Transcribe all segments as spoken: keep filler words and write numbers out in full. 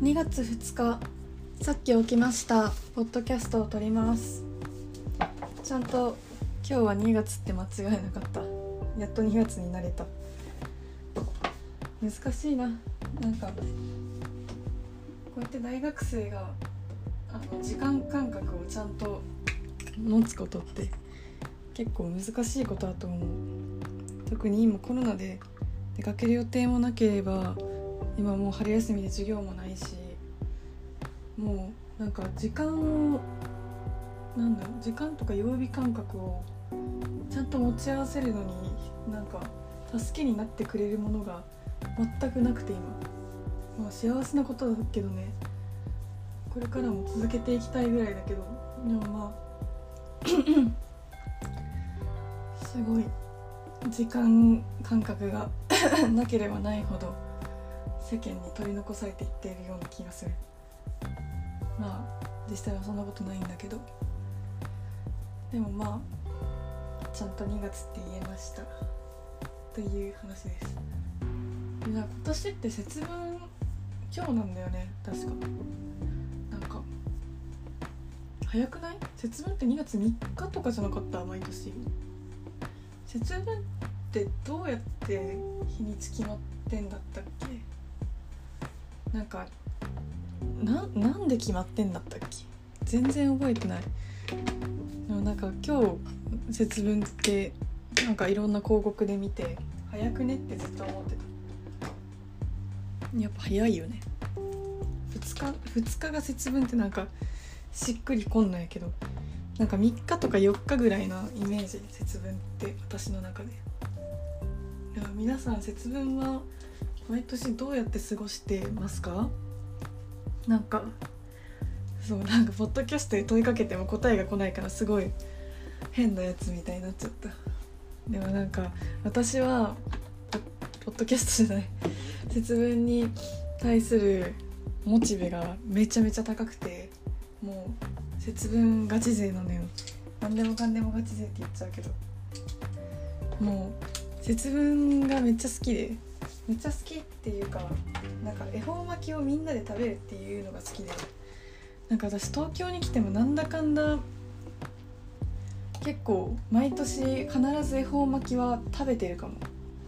にがつふつか、さっき起きました。ポッドキャストを撮ります。ちゃんと今日はにがつって間違えなかった。やっとにがつになれた。難しいな。なんかこうやって大学生があの時間感覚をちゃんと持つことって結構難しいことだと思う。特に今コロナで出かける予定もなければ、今もう春休みで授業もないし、もうなんか時間をなんだろう時間とか曜日感覚をちゃんと持ち合わせるのになんか助けになってくれるものが全くなくて今、まあ、幸せなことだけどね、これからも続けていきたいぐらいだけど、でもまあすごい時間感覚がなければないほど世間に取り残されていっているような気がする。まあ実際はそんなことないんだけど、でもまあちゃんとにがつって言えましたという話です。で今年って節分今日なんだよね、確か。なんか早くない？節分ってにがつみっかとかじゃなかった？毎年節分ってどうやって日にち決まってんだったっけ？なんか な, なんで決まってんだったっけ？全然覚えてない。でもなんか今日節分ってなんかいろんな広告で見て早くねってずっと思ってた。やっぱ早いよね。ふつかふつかが節分ってなんかしっくりこんないけど、なんかみっかとかよっかぐらいなイメージ、節分って私の中で。いや皆さん節分は毎年どうやって過ごしてますか？なんかそうなんかポッドキャストで問いかけても答えが来ないからすごい変なやつみたいになっちゃった。でもなんか私はポッドキャストじゃない節分に対するモチベがめちゃめちゃ高くて、もう節分ガチ勢なのよ。何でもかんでもガチ勢って言っちゃうけど、もう節分がめっちゃ好きで、めっちゃ好きっていうか、なんか恵方巻きをみんなで食べるっていうのが好きで、なんか私東京に来てもなんだかんだ結構毎年必ず恵方巻きは食べてるかも。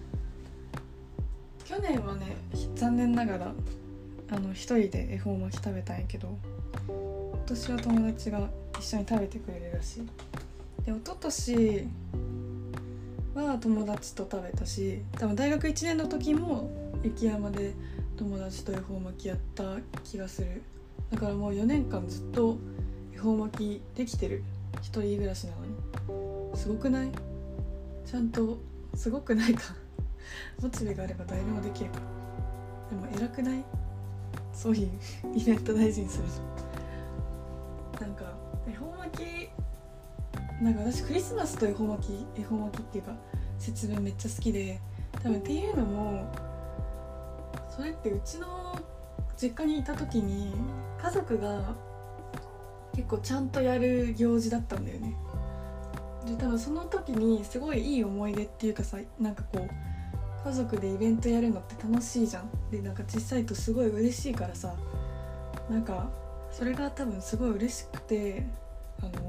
去年はね残念ながらあの一人で恵方巻き食べたんやけど、今年は友達が一緒に食べてくれるらしい。で一昨年は友達と食べたし、多分大学いちねんの時も雪山で友達と恵方巻きやった気がする。だからもうよねんかんずっと恵方巻きできてる。一人暮らしなのにすごくない？ちゃんとすごくないかモチベがあれば誰でもできるか。でも偉くない？そういうイベント大事にするの。なんか恵方巻き、なんか私クリスマスと恵方巻き恵方巻きっていうか節分めっちゃ好きで、多分っていうのもそれってうちの実家にいた時に家族が結構ちゃんとやる行事だったんだよね。で多分その時にすごいいい思い出っていうかさ、なんかこう家族でイベントやるのって楽しいじゃん。でなんか小さいとすごい嬉しいからさ、なんかそれが多分すごい嬉しくて、あの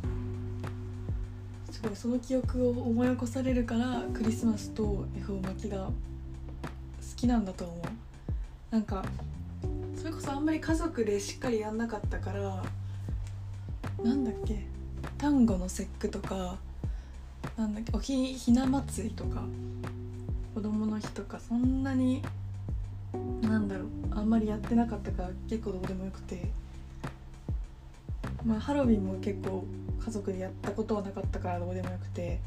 すごいその記憶を思い起こされるからクリスマスと恵方巻きが好きなんだと思う。なんかそれこそあんまり家族でしっかりやんなかったから、なんだっけ端午の節句とかなんだっけおひひな祭りとか子供の日とかそんなになんだろうあんまりやってなかったから結構どうでもよくて、まあハロウィンも結構家族でやったことはなかったからどうでもよくて、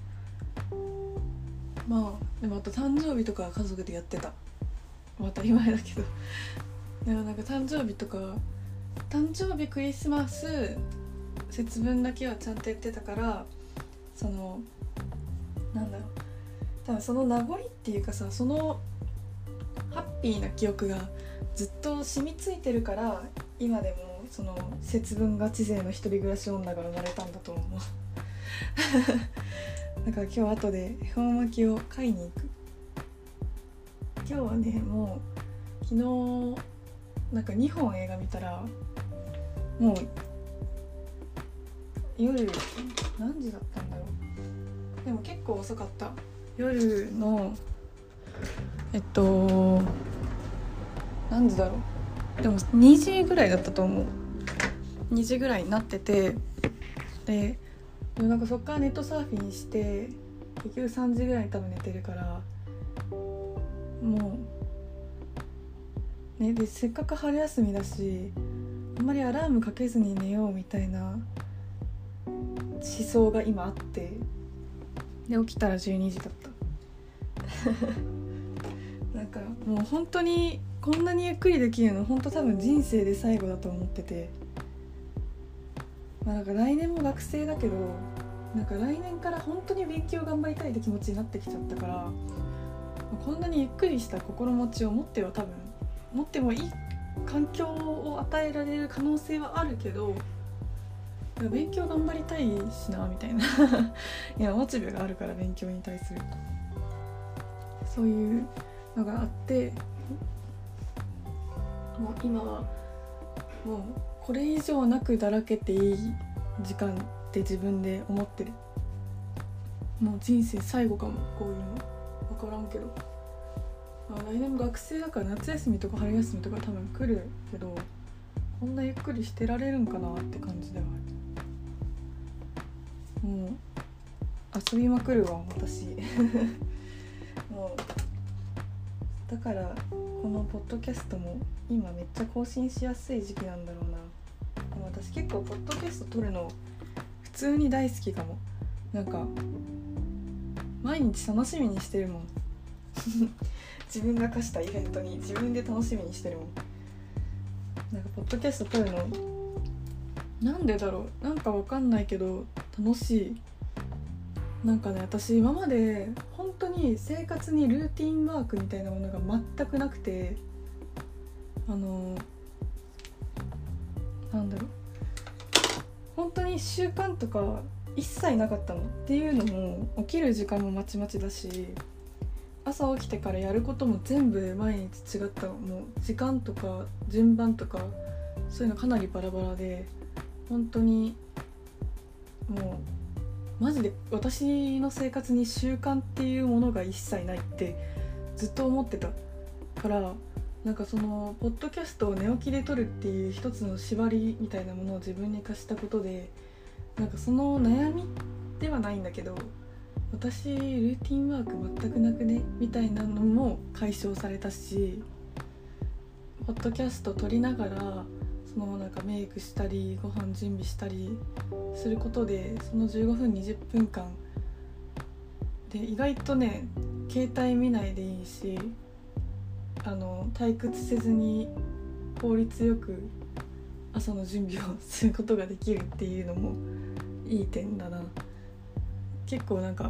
まあでもあと誕生日とかは家族でやってた。当たり前だけどでもなんか誕生日とか誕生日クリスマス節分だけはちゃんとやってたから、そのなんだろう多分その名残っていうかさ、そのハッピーな記憶がずっと染みついてるから、今でもその節分ガチ勢の一人暮らし女が生まれたんだと思うだから今日後で恵方巻きを買いに行く。今日はねもう昨日なんかにほん映画見たらもう夜何時だったんだろう。でも結構遅かった。夜のえっと何時だろう。でもにじぐらいだったと思う。にじぐらいになってて、でなんかそっからネットサーフィンして結局さんじぐらいに多分寝てるから、もうね、でせっかく春休みだしあんまりアラームかけずに寝ようみたいな思想が今あって、で起きたらじゅうにじだったなんかもう本当にこんなにゆっくりできるの本当多分人生で最後だと思ってて、まあ、なんか来年も学生だけど、なんか来年から本当に勉強頑張りたいって気持ちになってきちゃったから、こんなにゆっくりした心持ちを持っては多分持ってもいい環境を与えられる可能性はあるけど、勉強頑張りたいしなみたいないやモチベがあるから勉強に対するそういうのがあって、もう今はもうこれ以上なくだらけていい時間って自分で思ってる。もう人生最後かも、こういうの分からんけど、まあ、来年も学生だから夏休みとか春休みとか多分来るけど、こんなゆっくりしてられるんかなって感じではある。もう遊びまくるわ私もうだからこのポッドキャストも今めっちゃ更新しやすい時期なんだろうな。でも私結構ポッドキャスト撮るの普通に大好きかも。なんか毎日楽しみにしてるもん自分が課したイベントに自分で楽しみにしてるもん。なんかポッドキャスト撮るのなんでだろう、なんかわかんないけど楽しい。なんかね、私今まで本当に生活にルーティンワークみたいなものが全くなくて、あのなんだろう本当に習慣とか一切なかったの。っていうのも起きる時間もまちまちだし、朝起きてからやることも全部毎日違った。もう時間とか順番とかそういうのかなりバラバラで、本当にもうマジで私の生活に習慣っていうものが一切ないってずっと思ってたから、なんかそのポッドキャストを寝起きで撮るっていう一つの縛りみたいなものを自分に課したことで、なんかその悩みではないんだけど、私ルーティンワーク全くなくねみたいなのも解消されたし、ポッドキャスト撮りながらそのなんかメイクしたりご飯準備したりすることで、そのじゅうごふんにじゅっぷんかんで意外とね携帯見ないでいいし、あの退屈せずに効率よく朝の準備をすることができるっていうのもいい点だな。結構なんか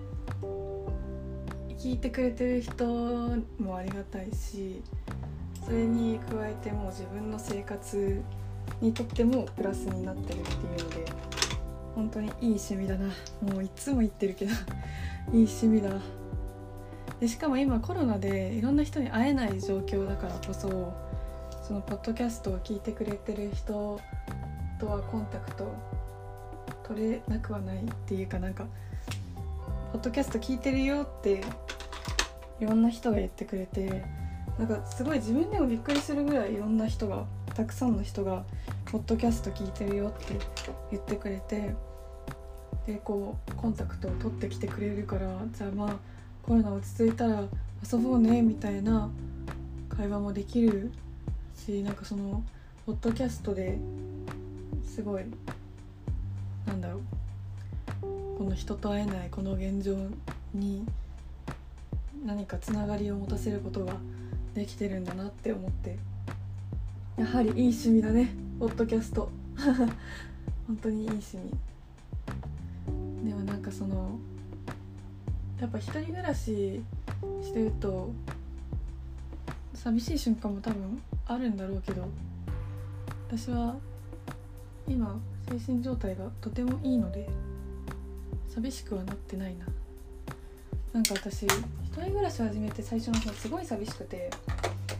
聞いてくれてる人もありがたいし、それに加えてもう自分の生活にとってもプラスになってるっていうので、本当にいい趣味だな。もういつも言ってるけどいい趣味だ。でしかも今コロナでいろんな人に会えない状況だからこそ、そのポッドキャストを聞いてくれてる人とはコンタクト取れなくはないっていうか、なんかポッドキャスト聞いてるよっていろんな人が言ってくれて、なんかすごい自分でもびっくりするぐらいいろんな人が、たくさんの人がポッドキャスト聞いてるよって言ってくれて、でこうコンタクトを取ってきてくれるから、じゃあまあコロナ落ち着いたら遊ぼうねみたいな会話もできるし、なんかそのポッドキャストですごいなんだろう、この人と会えないこの現状に何かつながりを持たせることができてるんだなって思って、やはりいい趣味だねポッドキャスト本当にいい趣味。でもなんかそのやっぱ一人暮らししてると寂しい瞬間も多分あるんだろうけど、私は今精神状態がとてもいいので寂しくはなってないな。なんか私一人暮らしを始めて最初の方すごい寂しくて、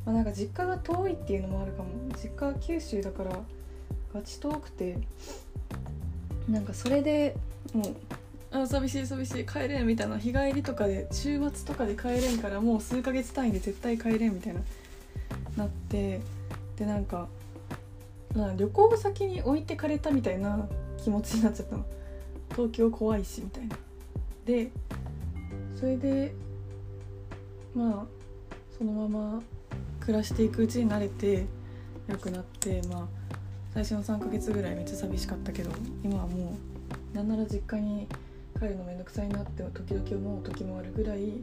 まあ、なんか実家が遠いっていうのもあるかも。実家は九州だからガチ遠くて、なんかそれでもうあ寂しい寂しい帰れんみたいな、日帰りとかで週末とかで帰れんからもう数ヶ月単位で絶対帰れんみたいななって、でなんか、まあ、旅行先に置いてかれたみたいな気持ちになっちゃったの。東京怖いしみたいな。でそれでまあそのまま暮らしていくうちに慣れて良くなって、まあ最初のさんかげつぐらいめっちゃ寂しかったけど、今はもうなんなら実家に帰るのめんどくさいなって時々思う時もあるぐらい、めっ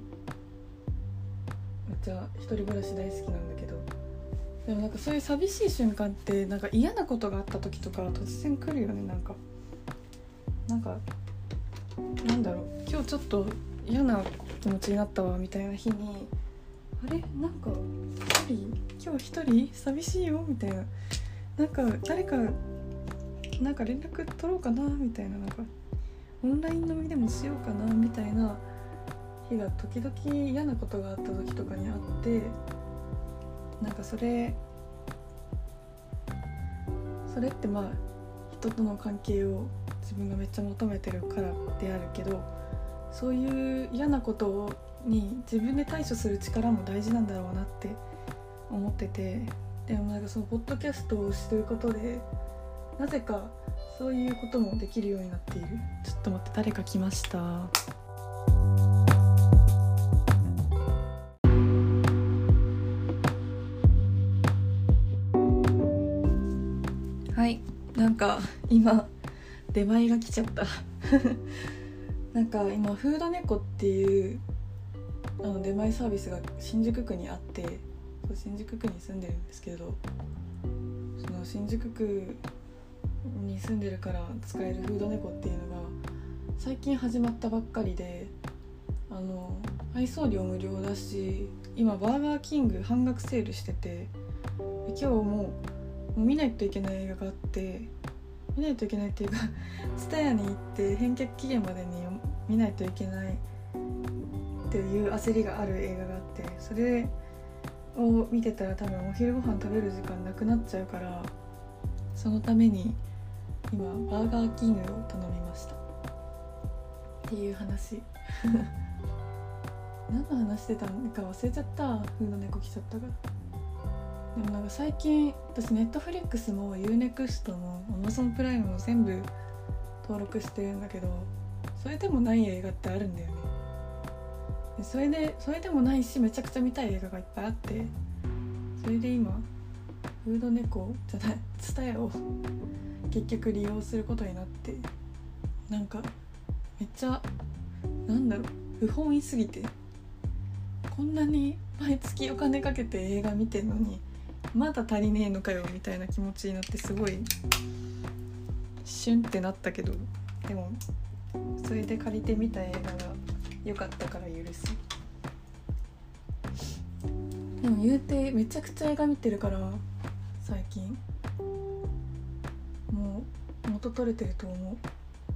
ちゃ一人暮らし大好きなんだけど、でもなんかそういう寂しい瞬間ってなんか嫌なことがあった時とか突然来るよね。なんかなんかなんだろう、今日ちょっと嫌な気持ちになったわみたいな日に、あれなんか一人今日一人寂しいよみたいな、なんか誰かなんか連絡取ろうかなみたいな、なんかオンライン飲みでもしようかなみたいな日が時々嫌なことがあった時とかにあって、なんかそれそれってまあ人との関係を自分がめっちゃ求めてるからであるけど、そういう嫌なことに自分で対処する力も大事なんだろうなって思ってて、でもなんかそのポッドキャストをしてることでなぜかそういうこともできるようになっている。ちょっと待って、誰か来ました。はい、なんか今出前が来ちゃったなんか今フードネコっていうあの出前サービスが新宿区にあって、新宿区に住んでるんですけど、その新宿区に住んでるから使えるフードネコっていうのが最近始まったばっかりで、あの配送料無料だし、今バーガーキング半額セールしてて、今日ももう見ないといけない映画があって、見ないといけないっていうかTSUTAYAに行って返却期限までに見ないといけないっていう焦りがある映画があって、それを見てたら多分お昼ご飯食べる時間なくなっちゃうから、そのために今バーガーキングを頼みましたっていう話何の話してたのか忘れちゃった。フードネコ来ちゃったから。でもなんか最近私ネットフリックスも ユーネクスト も アマゾン プライムも全部登録してるんだけど、それでもない映画ってあるんだよね。でそれでそれでもないし、めちゃくちゃ見たい映画がいっぱいあって、それで今フードネコじゃないTSUTAYAを結局利用することになって、なんかめっちゃなんだろう、不本意すぎて、こんなに毎月お金かけて映画見てんのにまだ足りねえのかよみたいな気持ちになって、すごいシュンってなったけど、でもそれで借りてみた映画が良かったから許す。でも言うてめちゃくちゃ映画見てるから最近もう元取れてると思う。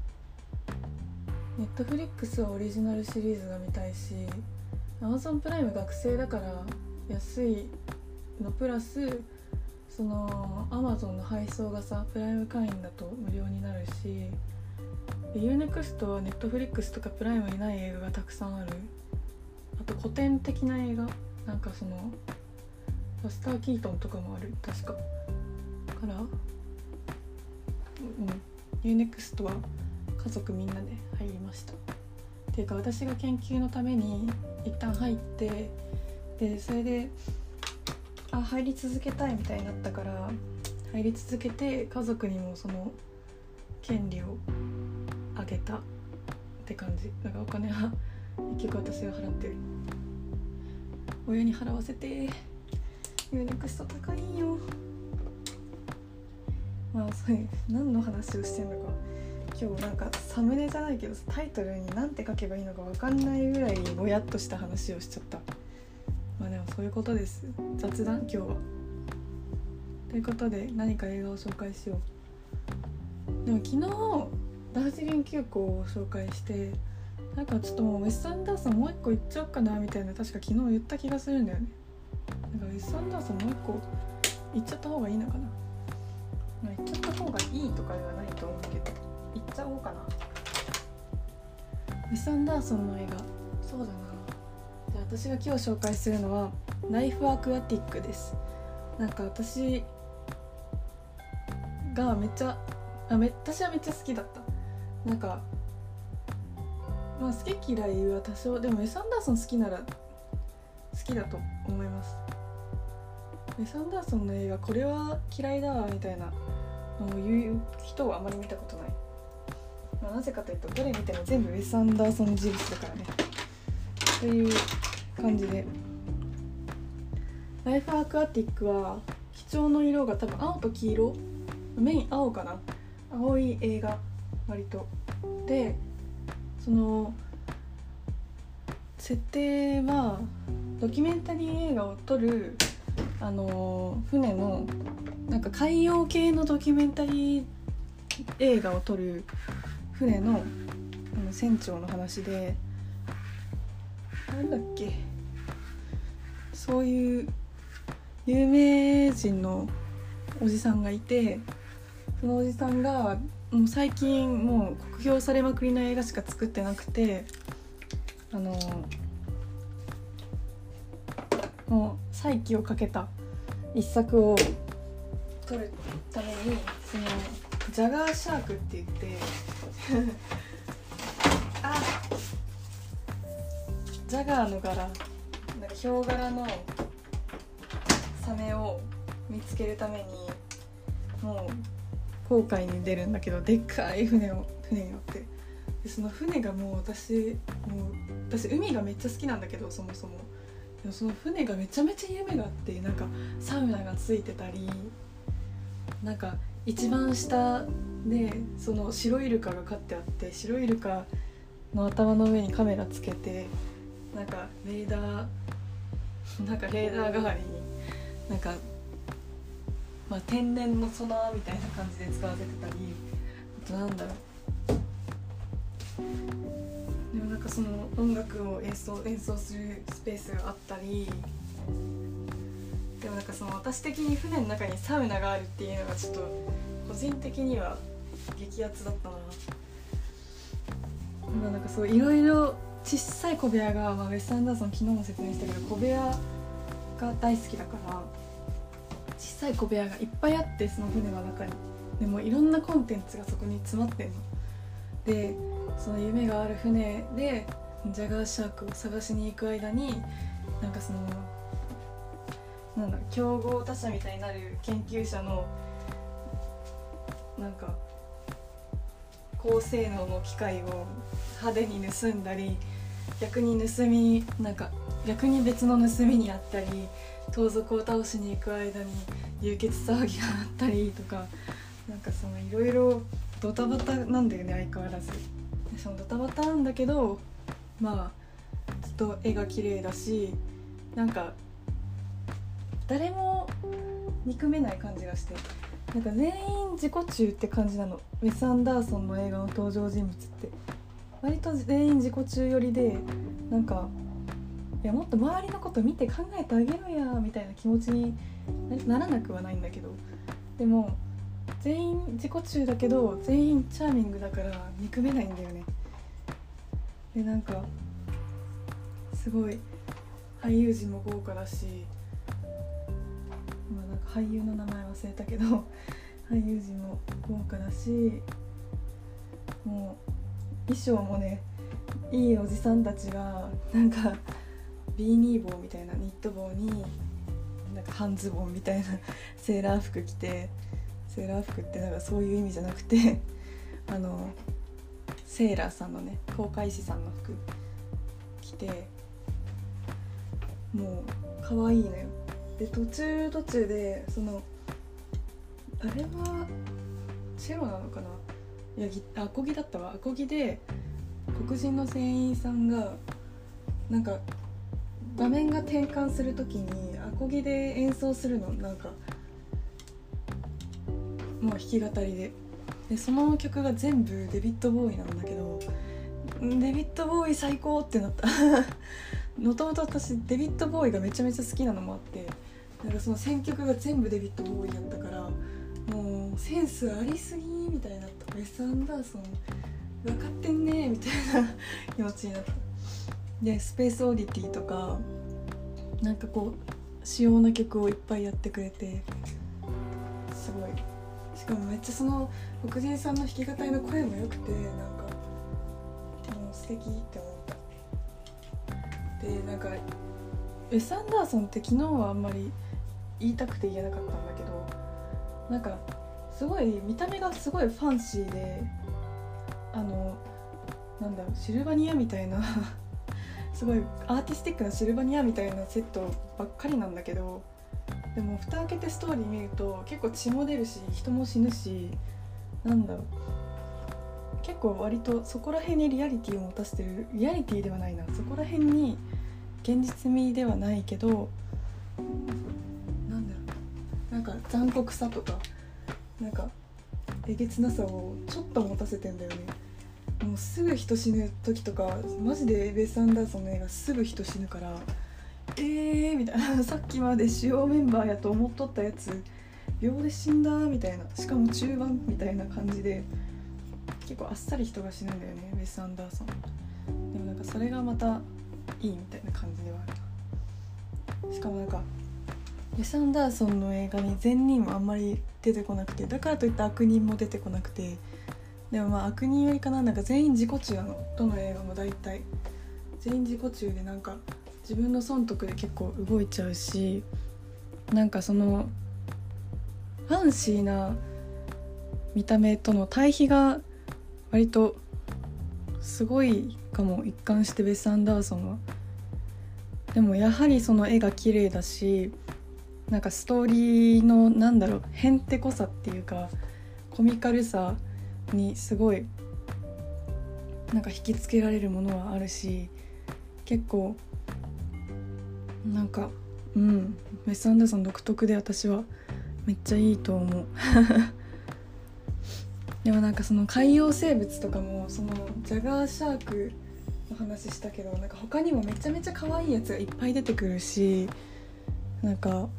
ネットフリックスはオリジナルシリーズが見たいし、Amazon プライム学生だから安いのプラス、その Amazon の配送がさプライム会員だと無料になるし、ユーネクスト は Netflix とかプライムにない映画がたくさんある。あと古典的な映画、なんかそのバスター・キートンとかもある確か。だからうん ユーネクスト は家族みんなで入りました。っていうか私が研究のために一旦入って、でそれであ入り続けたいみたいになったから入り続けて、家族にもその権利をあげたって感じ。だからお金は結局私が払ってる。親に払わせて。ユーネクスト高いんよ。まあそういう何の話をしてんのか今日なんかサムネじゃないけどタイトルに何て書けばいいのか分かんないぐらいぼやっとした話をしちゃった。まあでもそういうことです。雑談今日は。ということで何か映画を紹介しよう。でも昨日ダージリン急行を紹介して、なんかちょっともうウェス・アンダーソンもう一個言っちゃおうかなみたいな確か昨日言った気がするんだよね。 なんかウェス・アンダーソンもう一個言っちゃった方がいいのかな、まあ、言っちゃった方がいいとかではないと思うけど言っちゃおうかな。ウェス・アンダーソンの映画、そうだな、じゃあ私が今日紹介するのはライフ・アクアティックです。なんか私がめっちゃあめ私はめっちゃ好きだった。なんかまあ好き嫌いは多少、でもウェス・アンダーソン好きなら好きだと思います。ウェス・アンダーソンの映画これは嫌いだわみたいなのを言う人はあまり見たことない。まあ、なぜかというとどれ見ても全部ウェス・アンダーソン印だからねという感じで、ライフ・アクアティックは基調の色が多分青と黄色、メイン青かな、青い映画割とで、その設定はドキュメンタリー映画を撮るあの船のなんか海洋系のドキュメンタリー映画を撮る船の、 あの船長の話で、なんだっけ、そういう有名人のおじさんがいて、そのおじさんがもう最近もう酷評されまくりの映画しか作ってなくて、あのもう再起をかけた一作を撮るために、そのジャガーシャークって言ってあジャガーの柄、なんかヒョウ柄のサメを見つけるためにもう航海に出るんだけど、でっかい船を船に乗って、でその船がもう私もう私海がめっちゃ好きなんだけど、そもそもでもその船がめちゃめちゃ夢があって、なんかサウナがついてたり、なんか一番下でその白イルカが飼ってあって、白イルカの頭の上にカメラつけて、なんかレーダーなんかレーダー代わりになんか、まあ、天然のソナーみたいな感じで使わせてたり、あとなんだろう、でもなんかその音楽を演奏演奏するスペースがあったり、でもなんかその私的に船の中にサウナがあるっていうのがちょっと個人的には激アツだったな。まあなんかそういろいろ小さい小部屋が、まあ、ウェス・アンダーソン昨日も説明したけど小部屋が大好きだから、小さい小部屋がいっぱいあって、その船の中にでもいろんなコンテンツがそこに詰まってんので、その夢がある船でジャガーシャークを探しに行く間に、なんかそのなんだ競合他社みたいになる研究者のなんか高性能の機械を派手に盗んだり、逆に盗みなんか逆に別の盗みにあったり、盗賊を倒しに行く間に流血騒ぎがあったりとか、なんかそのいろいろドタバタなんだよね相変わらず。でそのドタバタなんだけど、まあちょっと絵が綺麗だし、なんか誰も憎めない感じがして、なんか全員自己中って感じなの。ウェス・アンダーソンの映画の登場人物って割と全員自己中寄りで、なんかいやもっと周りのこと見て考えてあげろやみたいな気持ちにならなくはないんだけど、でも全員自己中だけど全員チャーミングだから憎めないんだよね。でなんかすごい俳優陣も豪華だし、まあなんか俳優の名前忘れたけど俳優陣も豪華だし、もう衣装もねいいおじさんたちがなんかビーニー帽みたいなニット帽になんか半ズボンみたいなセーラー服着て、セーラー服ってなんかそういう意味じゃなくてあのセーラーさんのね航海士さんの服着て、もう可愛いのよ。で途中途中でそのあれはチェロなのかな、いやアコギだったわ。アコギで黒人の船員さんがなんか画面が転換するときにアコギで演奏するの、なんかもう弾き語りで、でその曲が全部デビッド・ボーイなんだけど、デビッド・ボーイ最高ってなったもともと私デビッド・ボーイがめちゃめちゃ好きなのもあって、なんかその選曲が全部デビッド・ボーイやったからもうセンスありすぎみたいになった。ウェス・アンダーソン分かってんねみたいな気持ちになった。でスペースオーディティとかなんかこう仕様な曲をいっぱいやってくれてすごい、しかもめっちゃその黒人さんの弾き語りの声も良くてなんかもう素敵って思った。でなんかウェス・アンダーソンって昨日はあんまり言いたくて言えなかったんだけど、なんかすごい見た目がすごいファンシーで、あのなんだろうシルバニアみたいなすごいアーティスティックなシルバニアみたいなセットばっかりなんだけど、でも蓋開けてストーリー見ると結構血も出るし人も死ぬし、なんだろう結構割とそこら辺にリアリティを持たせてる、リアリティではないな、そこら辺に現実味ではないけど、なんだろうなんか残酷さとかなんかえげつなさをちょっと持たせてんだよね。もうすぐ人死ぬ時とかマジでウェス・アンダーソンの映画すぐ人死ぬからえーみたいなさっきまで主要メンバーやと思っとったやつ秒で死んだみたいな、しかも中盤みたいな感じで結構あっさり人が死ぬんだよねウェス・アンダーソン。でもなんかそれがまたいいみたいな感じではある。しかもなんかウェス・アンダーソンの映画に善人もあんまり出てこなくて、だからといって悪人も出てこなくて、でもまあ悪人よりかな、なんか全員自己中なの。どの映画も大体全員自己中でなんか自分の損得で結構動いちゃうし、なんかそのファンシーな見た目との対比が割とすごいかも、一貫してウェス・アンダーソンは。でもやはりその絵が綺麗だし、なんかストーリーのなんだろうへんてこさっていうかコミカルさにすごいなんか引きつけられるものはあるし、結構なんかうんウェス・アンダーソン独特で私はめっちゃいいと思うでもなんかその海洋生物とかもそのジャガーシャークの話したけど、なんか他にもめちゃめちゃ可愛いやつがいっぱい出てくるし、なんか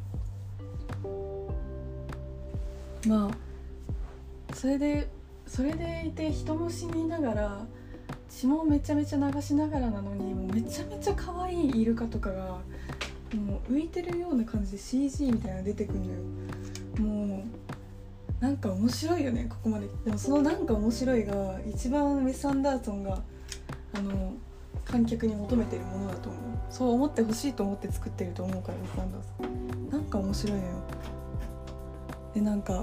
まあそれでそれでいて人も死にながら血もめちゃめちゃ流しながらなのに、もうめちゃめちゃ可愛いイルカとかがもう浮いてるような感じで シージー みたいなの出てくるのよ。もうなんか面白いよねここまで。でもそのなんか面白いが一番ウェス・アンダーソンがあの観客に求めてるものだと思う。そう思ってほしいと思って作ってると思うから、ウェス・アンダーソンなんか面白いのよ。でなんか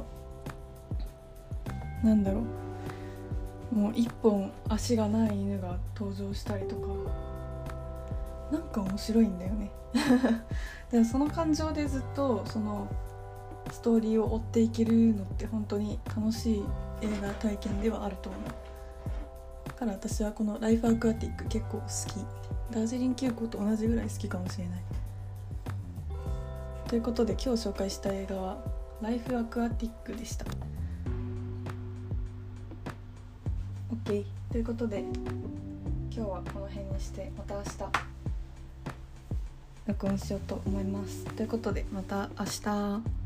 なんだろうもう一本足がない犬が登場したりとかなんか面白いんだよねでもその感情でずっとそのストーリーを追っていけるのって本当に楽しい映画体験ではあると思う。だから私はこのライフアクアティック結構好き。ダージリン急行と同じぐらい好きかもしれない。ということで今日紹介した映画はライフアクアティックでした。 OK ということで今日はこの辺にしてまた明日録音しようと思います。ということでまた明日。